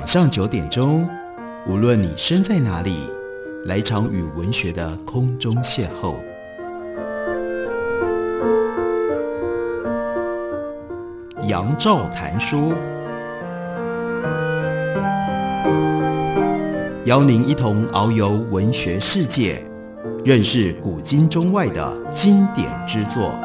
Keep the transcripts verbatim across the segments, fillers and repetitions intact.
晚上九点钟，无论你身在哪里，来一场与文学的空中邂逅。杨照谈书，邀您一同遨游文学世界，认识古今中外的经典之作。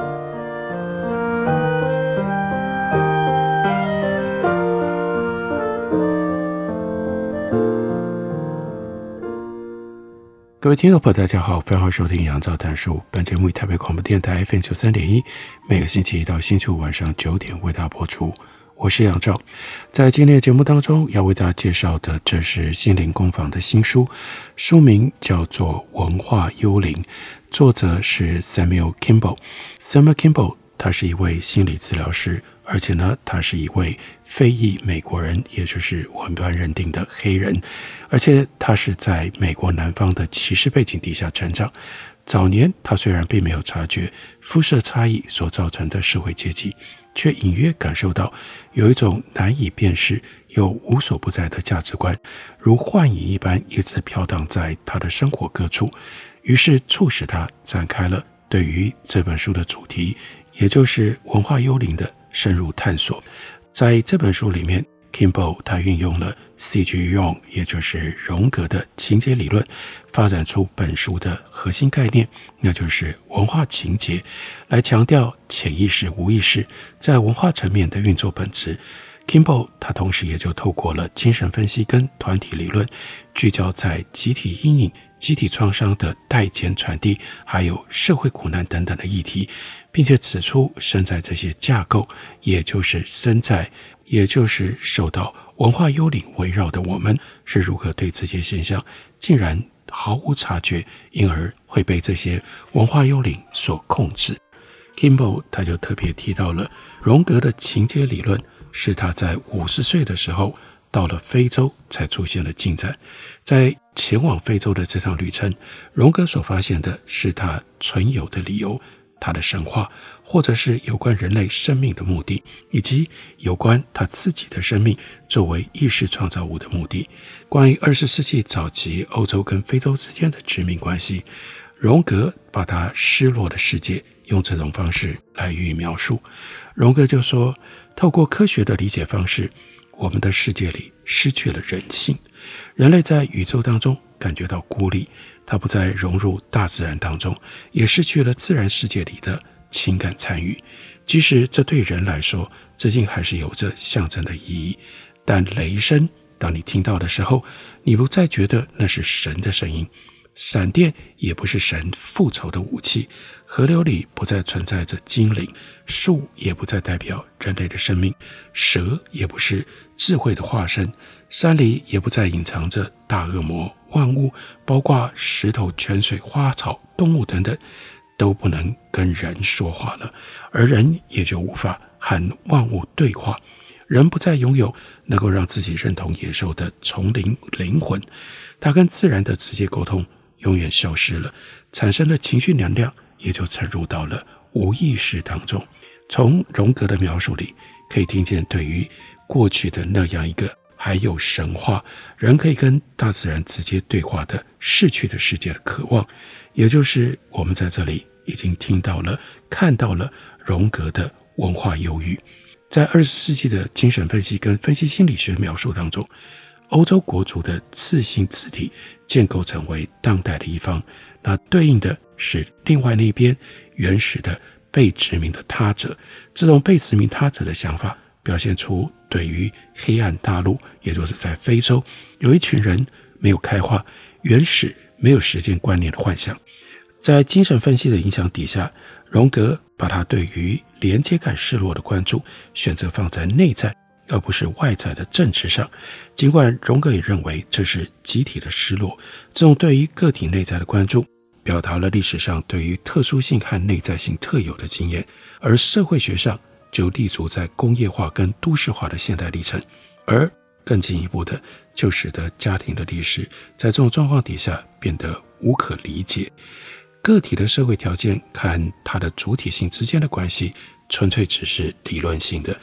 各位听众朋友大家好，欢迎收听杨照谈书。本节目以台北广播电台 F M 九十三点一 每个星期一到星期五晚上九点为大家播出。我是杨照。在今天的节目当中要为大家介绍的，这是心灵工坊的新书，书名叫做《文化幽灵》，作者是 Samuel Kimball。Samuel Kimball 他是一位心理治疗师，而且呢，他是一位非裔美国人，也就是我们一般认定的黑人，而且他是在美国南方的歧视背景底下成长。早年他虽然并没有察觉肤色差异所造成的社会阶级，却隐约感受到有一种难以辨识又无所不在的价值观，如幻影一般一直飘荡在他的生活各处，于是促使他展开了对于这本书的主题，也就是文化幽灵的深入探索。在这本书里面， Kimball 他运用了 C G Jung 也就是荣格的情节理论，发展出本书的核心概念，那就是文化情节，来强调潜意识无意识在文化层面的运作本质。 Kimball 他同时也就透过了精神分析跟团体理论，聚焦在集体阴影、集体创伤的代间传递，还有社会苦难等等的议题，并且指出身在这些架构，也就是身在也就是受到文化幽灵围绕的我们，是如何对这些现象竟然毫无察觉，因而会被这些文化幽灵所控制。 Kimball 他就特别提到了荣格的情节理论，是他在五十岁的时候到了非洲才出现了进展。在前往非洲的这趟旅程，荣格所发现的是他存有的理由，他的神话，或者是有关人类生命的目的，以及有关他自己的生命作为意识创造物的目的。关于二十世纪早期欧洲跟非洲之间的殖民关系，荣格把他失落的世界用这种方式来予以描述。荣格就说，透过科学的理解方式，我们的世界里失去了人性，人类在宇宙当中感觉到孤立，他不再融入大自然当中，也失去了自然世界里的情感参与。即使这对人来说至今还是有着象征的意义，但雷声当你听到的时候，你不再觉得那是神的声音，闪电也不是神复仇的武器，河流里不再存在着精灵，树也不再代表人类的生命，蛇也不是智慧的化身，山里也不再隐藏着大恶魔，万物包括石头、泉水、花草、动物等等都不能跟人说话了，而人也就无法和万物对话。人不再拥有能够让自己认同野兽的丛林灵魂，他跟自然的直接沟通永远消失了，产生的情绪能量也就沉入到了无意识当中。从荣格的描述里可以听见对于过去的那样一个还有神话，人可以跟大自然直接对话的逝去的世界的渴望，也就是我们在这里已经听到了看到了荣格的文化忧郁。在二十世纪的精神分析跟分析心理学描述当中，欧洲国族的次性字体建构成为当代的一方，那对应的是另外那边原始的被殖民的他者。这种被殖民他者的想法表现出对于黑暗大陆，也就是在非洲有一群人没有开化、原始没有时间观念的幻想。在精神分析的影响底下，荣格把他对于连接感失落的关注选择放在内在而不是外在的政治上。尽管荣格也认为这是集体的失落，这种对于个体内在的关注表达了历史上对于特殊性和内在性特有的经验，而社会学上就立足在工业化跟都市化的现代历程，而更进一步的就使得家庭的历史在这种状况底下变得无可理解。个体的社会条件和它的主体性之间的关系纯粹只是理论性的，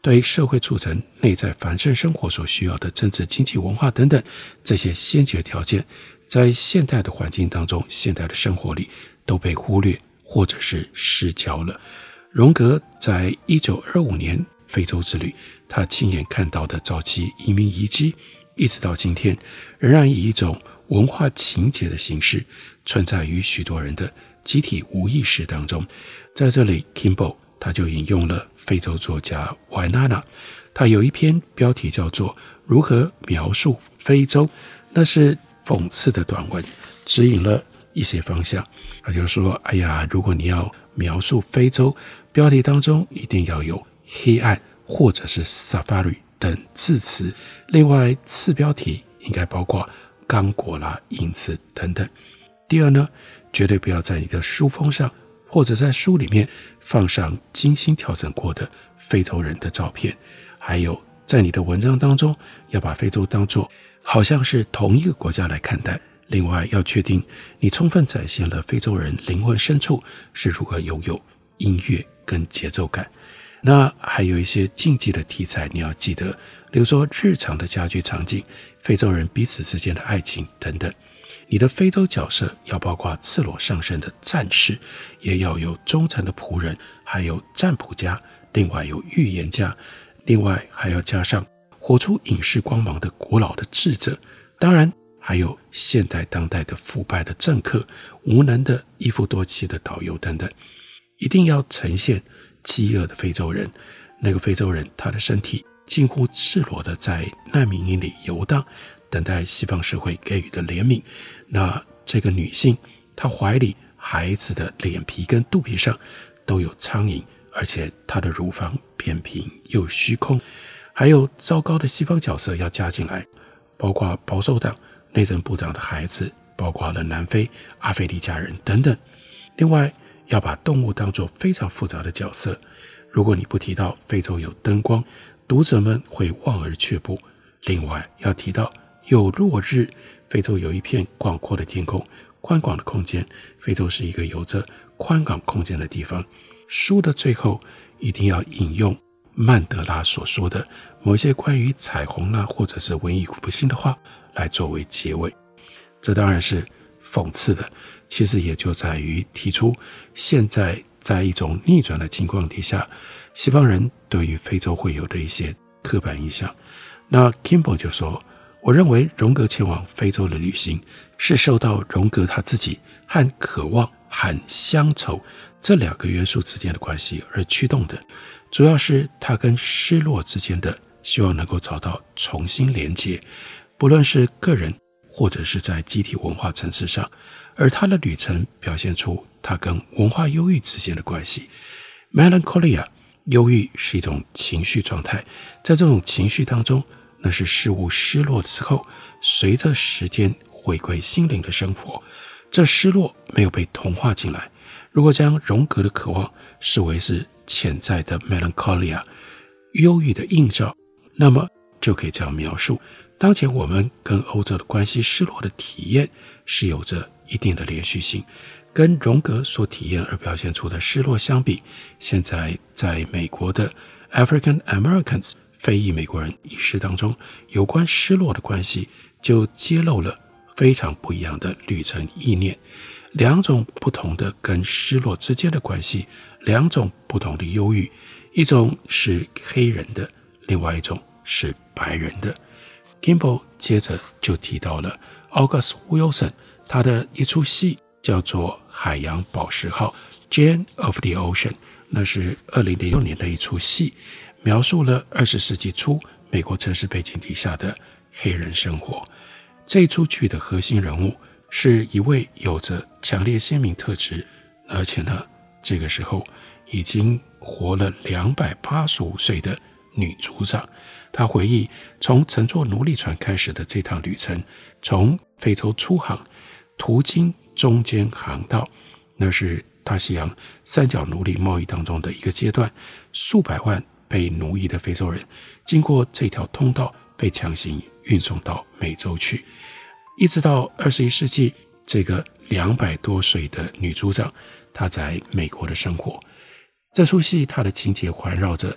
对社会促成内在繁盛生活所需要的政治、经济、文化等等这些先决条件，在现代的环境当中，现代的生活里都被忽略或者是失焦了。荣格在一九二五年非洲之旅，他亲眼看到的早期移民遗迹，一直到今天仍然以一种文化情节的形式存在于许多人的集体无意识当中。在这里 Kimball 他就引用了非洲作家瓦纳纳，他有一篇标题叫做如何描述非洲，那是讽刺的短文，指引了一些方向。他就说，哎呀，如果你要描述非洲，标题当中一定要有黑暗或者是 safari 等字词，另外次标题应该包括刚果啦、影子等等。第二呢，绝对不要在你的书封上或者在书里面放上精心调整过的非洲人的照片，还有在你的文章当中要把非洲当作好像是同一个国家来看待。另外要确定你充分展现了非洲人灵魂深处是如何拥有音乐跟节奏感。那还有一些禁忌的题材你要记得，例如说日常的家居场景、非洲人彼此之间的爱情等等。你的非洲角色要包括赤裸上身的战士，也要有忠诚的仆人，还有占卜家，另外有预言家，另外还要加上活出隐士光芒的古老的智者，当然还有现代当代的腐败的政客、无能的一夫多妻的导游等等。一定要呈现饥饿的非洲人，那个非洲人他的身体近乎赤裸的在难民营里游荡，等待西方社会给予的怜悯。那这个女性她怀里孩子的脸皮跟肚皮上都有苍蝇，而且她的乳房扁平又虚空。还有糟糕的西方角色要加进来，包括保守党内政部长的孩子，包括了南非阿非利加人等等。另外要把动物当作非常复杂的角色，如果你不提到非洲有灯光，读者们会望而却步。另外要提到有落日，非洲有一片广阔的天空，宽广的空间，非洲是一个有着宽广空间的地方。书的最后一定要引用曼德拉所说的某些关于彩虹啦、啊、或者是文艺复兴的话来作为结尾。这当然是讽刺的，其实也就在于提出现在在一种逆转的情况底下，西方人对于非洲会有的一些刻板印象。那 Kimball 就说，我认为荣格前往非洲的旅行是受到荣格他自己和渴望和乡愁这两个元素之间的关系而驱动的，主要是他跟失落之间的希望能够找到重新连接，不论是个人或者是在集体文化层次上。而他的旅程表现出他跟文化忧郁之间的关系。 Melancholia 忧郁是一种情绪状态，在这种情绪当中，那是事物失落的时候随着时间回归心灵的生活，这失落没有被同化进来。如果将荣格的渴望视为是潜在的 melancholia 忧郁的映照，那么就可以这样描述，当前我们跟欧洲的关系失落的体验是有着一定的连续性，跟荣格所体验而表现出的失落相比，现在在美国的 African Americans 非裔美国人意识当中，有关失落的关系就揭露了非常不一样的旅程意念，两种不同的跟失落之间的关系，两种不同的忧郁，一种是黑人的，另外一种是白人的。 Kimball 接着就提到了 August Wilson 他的一出戏叫做海洋宝石号 Jane of the Ocean， 那是二零零六年的一出戏，描述了二十世纪初美国城市背景底下的黑人生活。这一出剧的核心人物是一位有着强烈鲜明特质，而且呢这个时候已经活了两百八十五岁的女组长。她回忆从乘坐奴隶船开始的这趟旅程，从非洲出航，途经中间航道，那是大西洋三角奴隶贸易当中的一个阶段，数百万被奴役的非洲人经过这条通道被强行运送到美洲去，一直到二十一世纪，这个两百多岁的女组长她在美国的生活。这出戏它的情节环绕着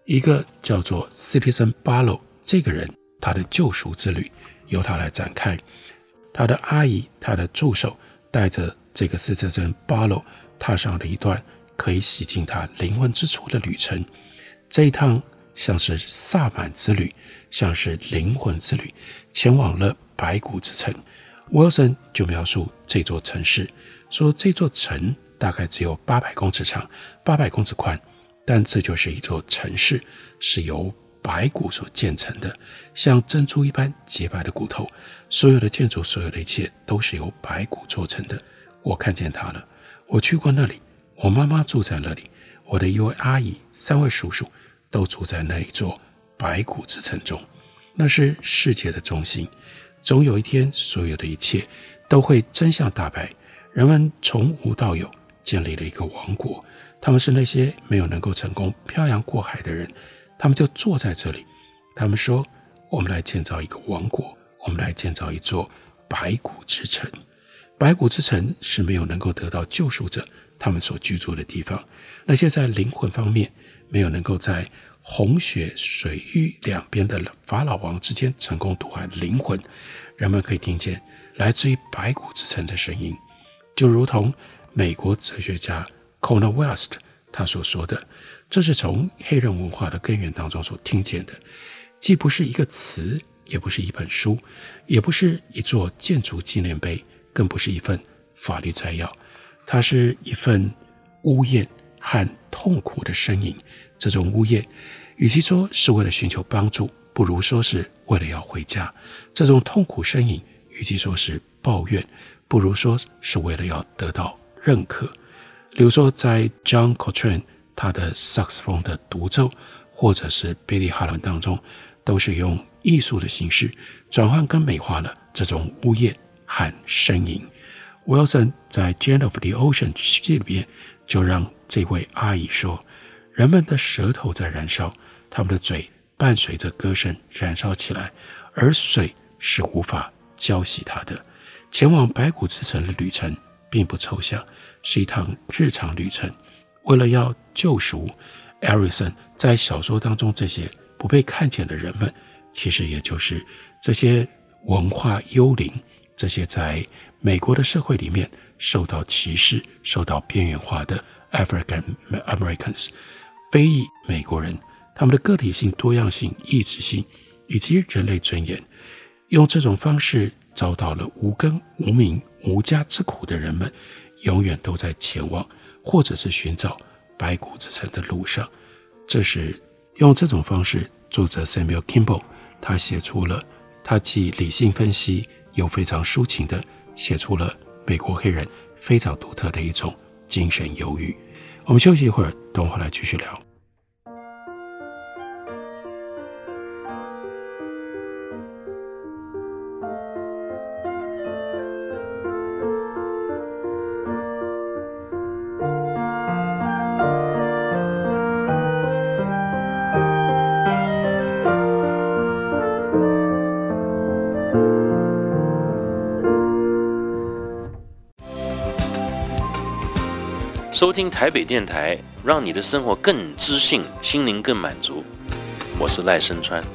一个叫做 Citizen Barlow 这个人，他的救赎之旅由他来展开。他的阿姨，他的助手带着这个 Citizen Barlow 踏上了一段可以洗净他灵魂之处的旅程。这一趟像是萨满之旅，像是灵魂之旅，前往了白骨之城。 Wilson 就描述这座城市，说这座城大概只有八百公尺长，八百公尺宽，但这就是一座城市，是由白骨所建成的，像珍珠一般洁白的骨头。所有的建筑，所有的一切都是由白骨做成的。我看见它了，我去过那里，我妈妈住在那里，我的一位阿姨，三位叔叔都住在那一座白骨之城中。那是世界的中心，总有一天，所有的一切都会真相大白。人们从无到有建立了一个王国，他们是那些没有能够成功漂洋过海的人，他们就坐在这里。他们说，我们来建造一个王国，我们来建造一座白骨之城。白骨之城是没有能够得到救赎者他们所居住的地方，那些在灵魂方面没有能够在洪雪水域两边的法老王之间成功夺回灵魂，人们可以听见来自于白骨之城的声音，就如同美国哲学家 Cornel West 他所说的，这是从黑人文化的根源当中所听见的，既不是一个词，也不是一本书，也不是一座建筑纪念碑，更不是一份法律摘要，它是一份呜咽和痛苦的呻吟。这种呜咽与其说是为了寻求帮助，不如说是为了要回家。这种痛苦呻吟与其说是抱怨，不如说是为了要得到认可。例如说在 John Coltrane 他的萨克斯风的独奏，或者是 Billie Holiday 当中，都是用艺术的形式转换跟美化了这种呜咽和呻吟。 Wilson 在 Jane of the Ocean 戏里面就让这位阿姨说，人们的舌头在燃烧，他们的嘴伴随着歌声燃烧起来，而水是无法浇熄它的。前往白骨之城的旅程并不抽象，是一趟日常旅程。为了要救赎 Harrison 在小说当中这些不被看见的人们，其实也就是这些文化幽灵，这些在美国的社会里面受到歧视、受到边缘化的 African Americans 非裔美国人，他们的个体性、多样性、意志性以及人类尊严，用这种方式遭到了无根、无名、无家之苦的人们，永远都在前往或者是寻找白骨之城的路上。这是用这种方式，作者 Samuel Kimball 他写出了，他既理性分析又非常抒情的写出了美国黑人非常独特的一种精神忧郁。我们休息一会儿，等会儿来继续聊。 收听台北电台，让你的生活更知性，心灵更满足。我是赖声川。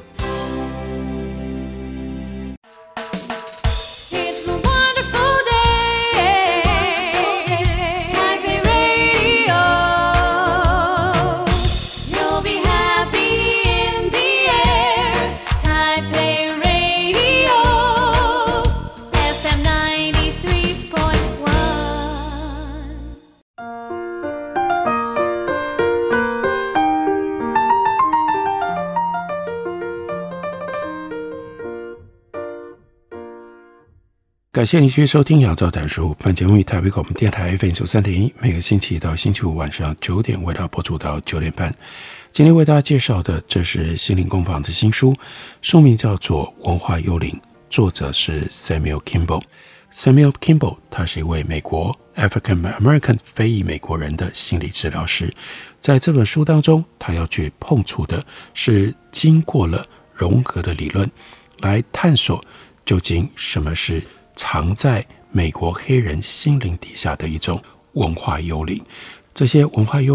感谢您继续收听杨照谈书，本节目以台北广播电台 F M 九十三点一，每个星期一到星期五晚上九点为大家播出到九点半。今天为大家介绍的，这是心灵工坊的新书，书名叫做《文化幽灵》，作者是 Samuel Kimball。Samuel Kimball 他是一位美国 African American 非裔美国人的心理治疗师。在这本书当中，他要去碰触的是经过了荣格的理论来探索究竟什么是藏在美国黑人心灵底下的一种文化幽灵。这些文化幽灵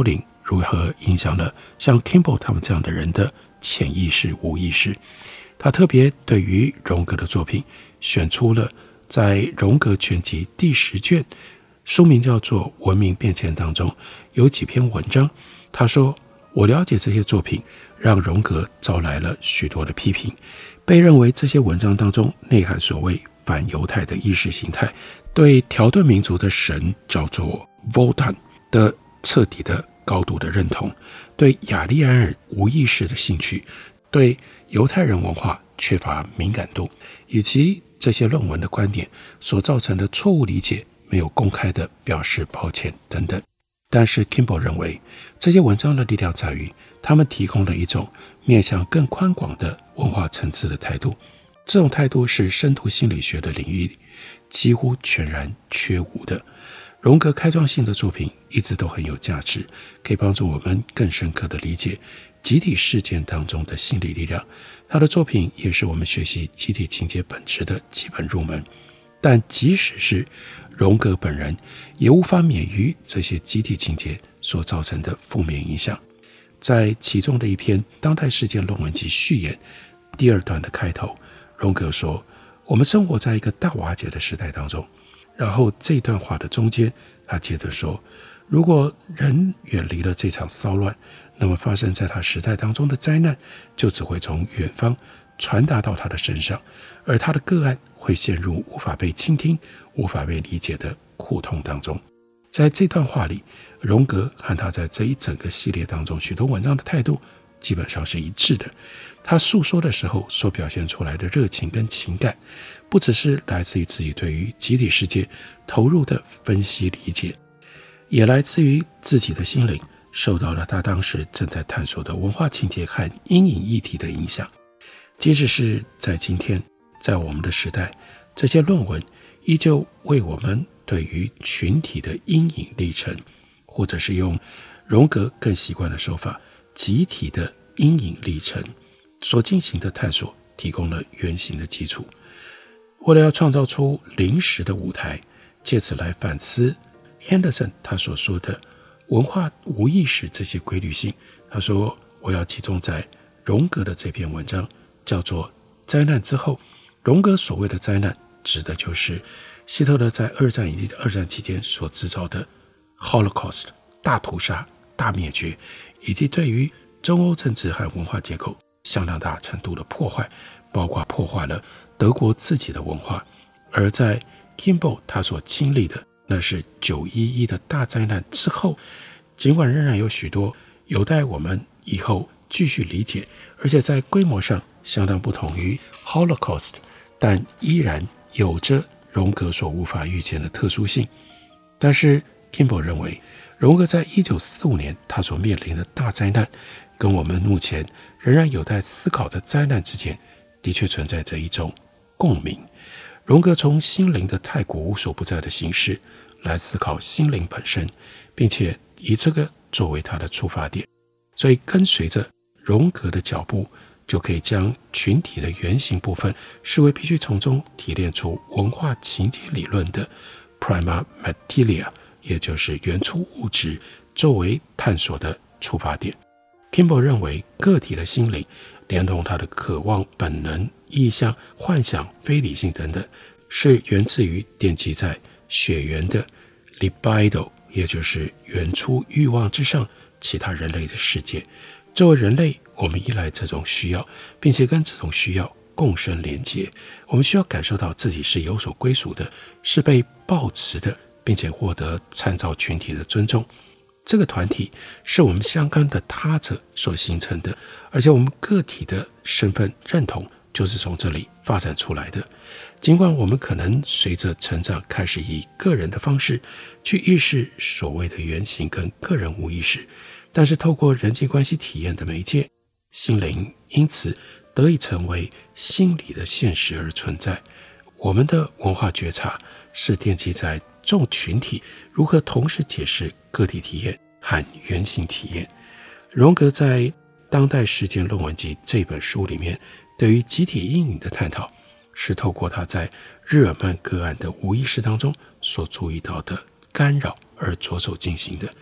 如何影响了像 Kimball 他们这样的人的潜意识、无意识。他特别对于荣格的作品选出了在《荣格全集》第十卷，书名叫做《文明变迁》当中有几篇文章。他说，我了解这些作品让荣格招来了许多的批评，被认为这些文章当中内涵所谓反犹太的意识形态，对条顿民族的神叫做 Votan 的彻底的高度的认同，对雅利安人无意识的兴趣，对犹太人文化缺乏敏感度，以及这些论文的观点所造成的错误理解没有公开的表示抱歉等等。但是 Kimball 认为这些文章的力量在于他们提供了一种面向更宽广的文化层次的态度，这种态度是深度心理学的领域里几乎全然缺无的。荣格开创性的作品一直都很有价值，可以帮助我们更深刻地理解集体事件当中的心理力量。他的作品也是我们学习集体情节本质的基本入门。但即使是荣格本人，也无法免于这些集体情节所造成的负面影响。在其中的一篇当代事件论文集序言第二段的开头，荣格说，我们生活在一个大瓦解的时代当中。然后这段话的中间，他接着说，如果人远离了这场骚乱，那么发生在他时代当中的灾难就只会从远方传达到他的身上，而他的个案会陷入无法被倾听、无法被理解的苦痛当中。在这段话里，荣格和他在这一整个系列当中许多文章的态度基本上是一致的。他诉说的时候所表现出来的热情跟情感，不只是来自于自己对于集体世界投入的分析理解，也来自于自己的心灵受到了他当时正在探索的文化情节和阴影议题的影响。即使是在今天，在我们的时代，这些论文依旧为我们对于群体的阴影历程，或者是用荣格更习惯的说法，集体的阴影历程所进行的探索提供了原型的基础。为了要创造出临时的舞台，借此来反思 Henderson 他所说的文化无意识这些规律性，他说我要集中在荣格的这篇文章，叫做灾难之后。荣格所谓的灾难指的就是希特勒在二战以及二战期间所制造的 Holocaust 大屠杀、大灭绝，以及对于中欧政治和文化结构相当大程度的破坏，包括破坏了德国自己的文化。而在 Kimball 他所经历的那是九一一的大灾难之后，尽管仍然有许多有待我们以后继续理解，而且在规模上相当不同于 Holocaust， 但依然有着荣格所无法预见的特殊性。但是 Kimball 认为，荣格在一九四五年他所面临的大灾难，跟我们目前仍然有待思考的灾难之间，的确存在着一种共鸣。荣格从心灵的太古无所不在的形式来思考心灵本身，并且以这个作为他的出发点，所以跟随着荣格的脚步，就可以将群体的原型部分视为必须从中提炼出文化情节理论的 prima materia， 也就是原初物质，作为探索的出发点。Kimball 认为个体的心灵连同他的渴望、本能、意向、幻想、非理性等等，是源自于奠基在血缘的 libido， 也就是原初欲望之上其他人类的世界。作为人类，我们依赖这种需要，并且跟这种需要共生连结。我们需要感受到自己是有所归属的，是被抱持的，并且获得参照群体的尊重。这个团体是我们相干的他者所形成的，而且我们个体的身份认同就是从这里发展出来的。尽管我们可能随着成长开始以个人的方式去意识所谓的原型跟个人无意识，但是透过人际关系体验的媒介，心灵因此得以成为心理的现实而存在。我们的文化觉察是奠基在众群体如何同时解释个体体验和原型体验。荣格在《当代事件论文集》这本书里面对于集体阴影的探讨，是透过他在日耳曼个案的无意识当中所注意到的干扰而着手进行的。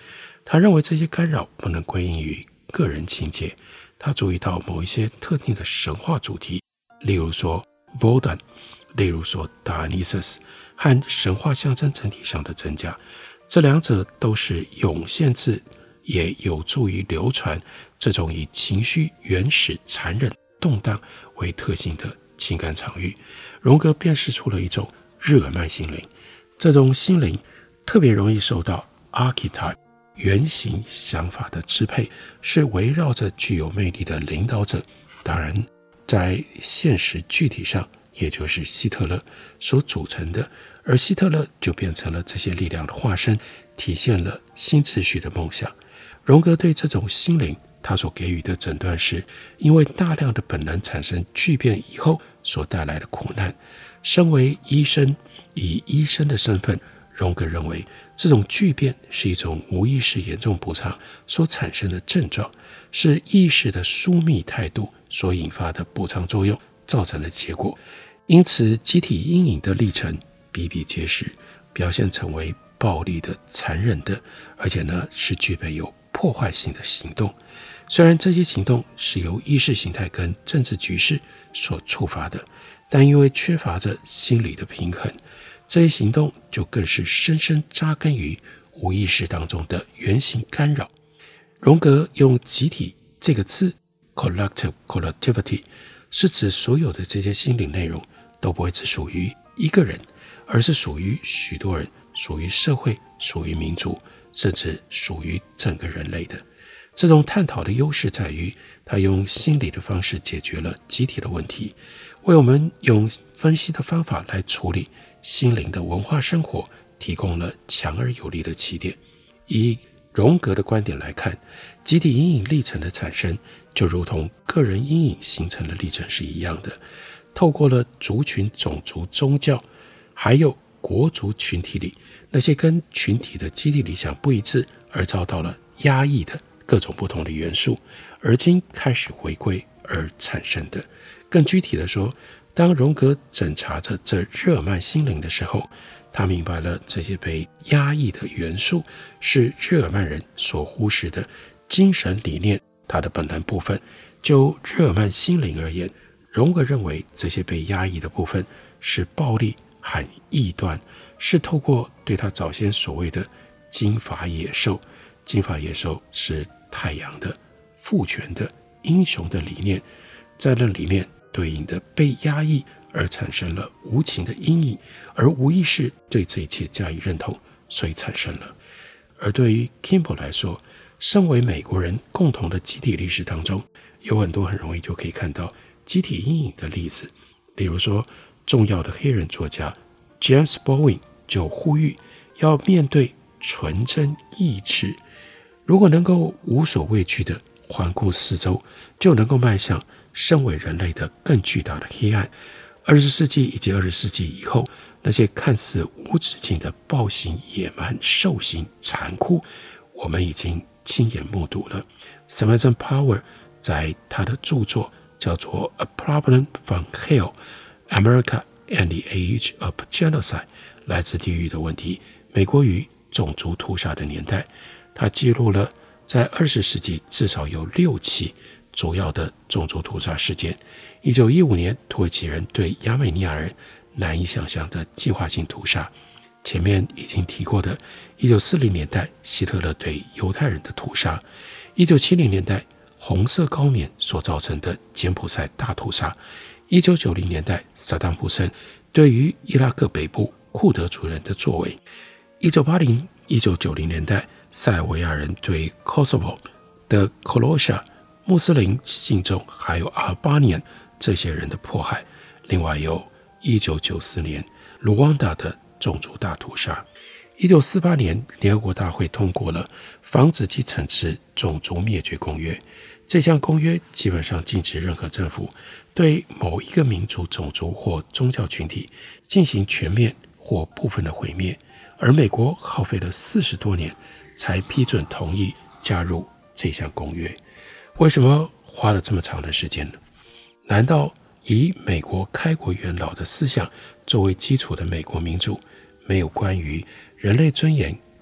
他认为这些干扰不能归因于个人情节，他注意到某一些特定的神话主题，例如说 Wodan， 例如说 Dionysus 和神话象征整体上的增加，这两者都是涌现自也有助于流传这种以情绪原始、残忍、动荡为特性的情感场域。荣格辨识出了一种日耳曼心灵，这种心灵特别容易受到 archetype 原型想法的支配，是围绕着具有魅力的领导者，当然在现实具体上也就是希特勒所组成的，而希特勒就变成了这些力量的化身，体现了新秩序的梦想。荣格对这种心灵他所给予的诊断是，因为大量的本能产生巨变以后所带来的苦难。身为医生，以医生的身份，荣格认为这种巨变是一种无意识严重补偿所产生的症状，是意识的疏密态度所引发的补偿作用造成的结果。因此集体阴影的历程比比皆是，表现成为暴力的、残忍的，而且呢是具备有破坏性的行动。虽然这些行动是由意识形态跟政治局势所触发的，但因为缺乏着心理的平衡，这些行动就更是深深扎根于无意识当中的原型干扰。荣格用集体这个字 collective collectivity 是指所有的这些心理内容都不会只属于一个人，而是属于许多人，属于社会，属于民族，甚至属于整个人类的。这种探讨的优势在于，他用心理的方式解决了集体的问题，为我们用分析的方法来处理心灵的文化生活提供了强而有力的起点。以荣格的观点来看，集体阴影历程的产生就如同个人阴影形成的历程是一样的，透过了族群、种族、宗教还有国族群体里那些跟群体的集体理想不一致而遭到了压抑的各种不同的元素，而今开始回归而产生的。更具体的说，当荣格诊察着这日耳曼心灵的时候，他明白了这些被压抑的元素是日耳曼人所忽视的精神理念，它的本能部分。就日耳曼心灵而言，荣格认为这些被压抑的部分是暴力和异端，是透过对他早先所谓的金发野兽，金发野兽是太阳的、父权的、英雄的理念，在那里面对应的被压抑而产生了无情的阴影，而无意识对这一切加以认同，所以产生了。而对于 Kimball 来说，身为美国人共同的集体历史当中，有很多很容易就可以看到集体阴影的例子。例如说，重要的黑人作家 James Baldwin 就呼吁要面对纯真意志，如果能够无所畏惧地环顾四周，就能够迈向身为人类的更巨大的黑暗。二十世纪以及二十世纪以后，那些看似无止境的暴行、野蛮、兽行、残酷，我们已经亲眼目睹了。Samantha Power 在他的著作叫做 A Problem from Hell, America and the Age of Genocide 来自地狱的问题，美国与种族屠杀的年代，他记录了在二十世纪至少有六起主要的种族屠杀事件。一九一五年，土耳其人对亚美尼亚人难以想象的计划性屠杀。前面已经提过的一九四零年代希特勒对犹太人的屠杀，一九七零年代红色高棉所造成的柬埔寨大屠杀，一九九零年代萨达姆胡塞对于伊拉克北部库德族人的作为，一九八零、一九九零年代塞尔维亚人对 Kosovo 的 Kolosha 穆斯林信众还有阿尔巴尼人这些人的迫害，另外有一九九四年卢旺达的种族大屠杀。一九四八年联合国大会通过了防止及惩治种族灭绝公约，这项公约基本上禁止任何政府对某一个民族、种族或宗教群体进行全面或部分的毁灭，而美国耗费了四十多年才批准同意加入这项公约。为什么花了这么长的时间呢？难道以美国开国元老的思想作为基础的美国民主，没有关于人类尊严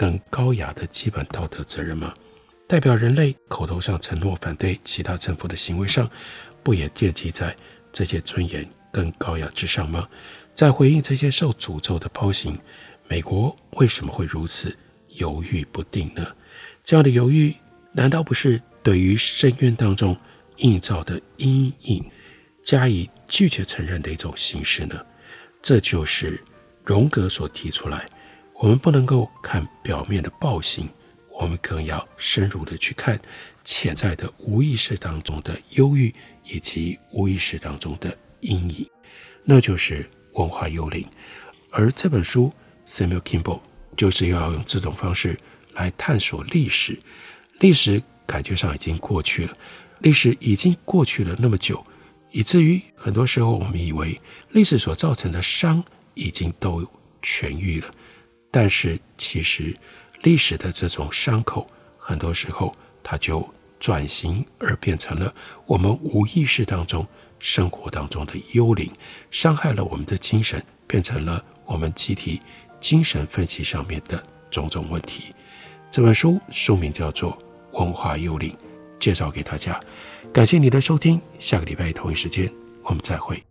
更高雅的基本道德责任吗？代表人类口头上承诺反对其他政府的行为上，不也奠基在这些尊严更高雅之上吗？在回应这些受诅咒的暴行，美国为什么会如此犹豫不定呢？这样的犹豫难道不是对于深渊当中映照的阴影加以拒绝承认的一种形式呢？这就是荣格所提出来，我们不能够看表面的暴行，我们更要深入的去看潜在的无意识当中的忧郁以及无意识当中的阴影，那就是文化幽灵。而这本书 Samuel Kimball 就是要用这种方式来探索历史。历史感觉上已经过去了，历史已经过去了那么久，以至于很多时候我们以为历史所造成的伤已经都痊愈了，但是其实历史的这种伤口很多时候它就转型而变成了我们无意识当中生活当中的幽灵，伤害了我们的精神，变成了我们集体精神分析上面的种种问题。这本书书名叫做《文化幽灵》，介绍给大家。感谢你的收听，下个礼拜同一时间我们再会。